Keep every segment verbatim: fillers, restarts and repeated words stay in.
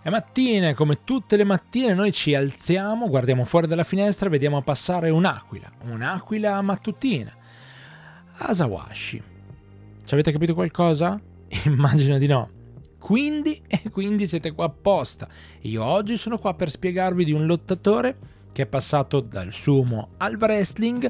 È mattina e come tutte le mattine noi ci alziamo, guardiamo fuori dalla finestra e vediamo passare un'aquila, un'aquila mattutina. Asawashi. Ci avete capito qualcosa? Immagino di no. Quindi, e quindi siete qua apposta. Io oggi sono qua per spiegarvi di un lottatore che è passato dal sumo al wrestling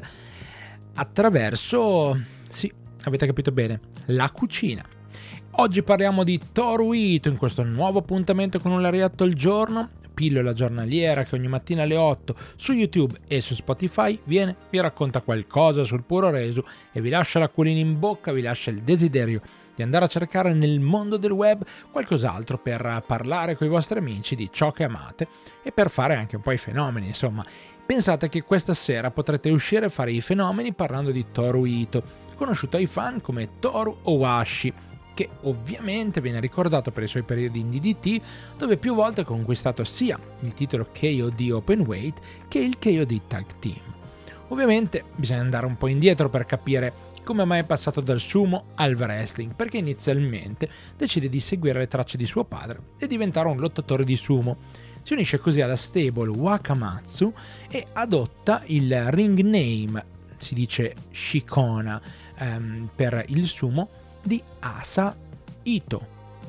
attraverso, sì, avete capito bene, la cucina. Oggi parliamo di Toru Ito in questo nuovo appuntamento con un lariatto al giorno, pillola giornaliera che ogni mattina alle otto su YouTube e su Spotify viene, vi racconta qualcosa sul puro resu e vi lascia l'acquolina in bocca, vi lascia il desiderio di andare a cercare nel mondo del web qualcos'altro per parlare con i vostri amici di ciò che amate e per fare anche un po' i fenomeni, insomma. Pensate che questa sera potrete uscire a fare i fenomeni parlando di Toru Ito, conosciuto ai fan come Toru Owashi, che ovviamente viene ricordato per i suoi periodi in D D T, dove più volte ha conquistato sia il titolo K O D Openweight che il K O D Tag Team. Ovviamente bisogna andare un po' indietro per capire come mai è passato dal sumo al wrestling, perché inizialmente decide di seguire le tracce di suo padre e diventare un lottatore di sumo. Si unisce così alla stable Wakamatsu e adotta il ring name, si dice Shikona ehm, per il sumo, di Asa Ito.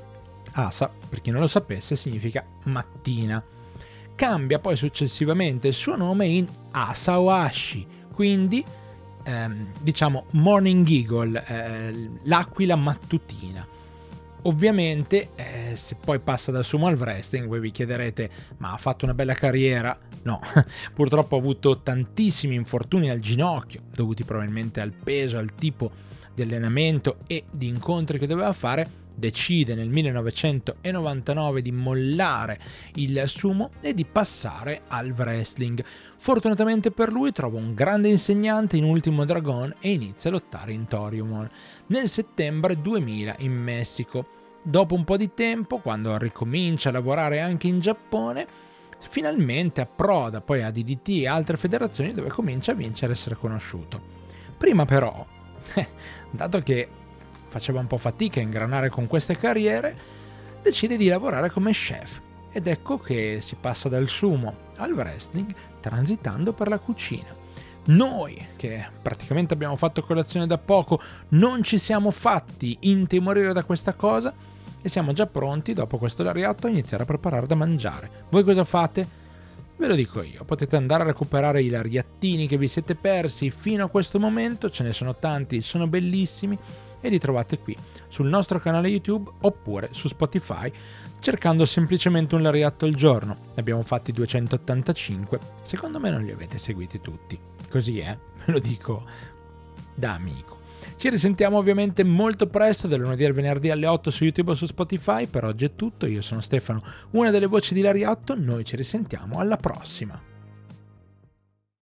Asa, per chi non lo sapesse, significa mattina. Cambia poi successivamente il suo nome in Asawashi, quindi ehm, diciamo Morning Eagle, eh, l'aquila mattutina. Ovviamente eh, se poi passa dal sumo al wrestling voi vi chiederete ma ha fatto una bella carriera? No, purtroppo ha avuto tantissimi infortuni al ginocchio, dovuti probabilmente al peso, al tipo di allenamento e di incontri che doveva fare. Decide nel millenovecentonovantanove di mollare il sumo e di passare al wrestling. Fortunatamente per lui trova un grande insegnante in Ultimo Dragon e inizia a lottare in Toriumon nel settembre duemila in Messico. Dopo un po' di tempo, quando ricomincia a lavorare anche in Giappone, finalmente approda poi a D D T e altre federazioni dove comincia a vincere e essere conosciuto. Prima però, dato che faceva un po' fatica a ingranare con queste carriere, decide di lavorare come chef ed ecco che si passa dal sumo al wrestling transitando per la cucina. Noi, che praticamente abbiamo fatto colazione da poco, non ci siamo fatti intimorire da questa cosa e siamo già pronti, dopo questo lariatto, a iniziare a preparare da mangiare. Voi cosa fate? Ve lo dico io, potete andare a recuperare i lariattini che vi siete persi fino a questo momento, ce ne sono tanti, sono bellissimi e li trovate qui sul nostro canale YouTube oppure su Spotify cercando semplicemente un lariatto al giorno. Ne abbiamo fatti duecentottantacinque, secondo me non li avete seguiti tutti, così è, ve lo dico da amico. Ci risentiamo ovviamente molto presto, dal lunedì al venerdì alle otto su YouTube o su Spotify. Per oggi è tutto, io sono Stefano, una delle voci di Lariatto, noi ci risentiamo alla prossima.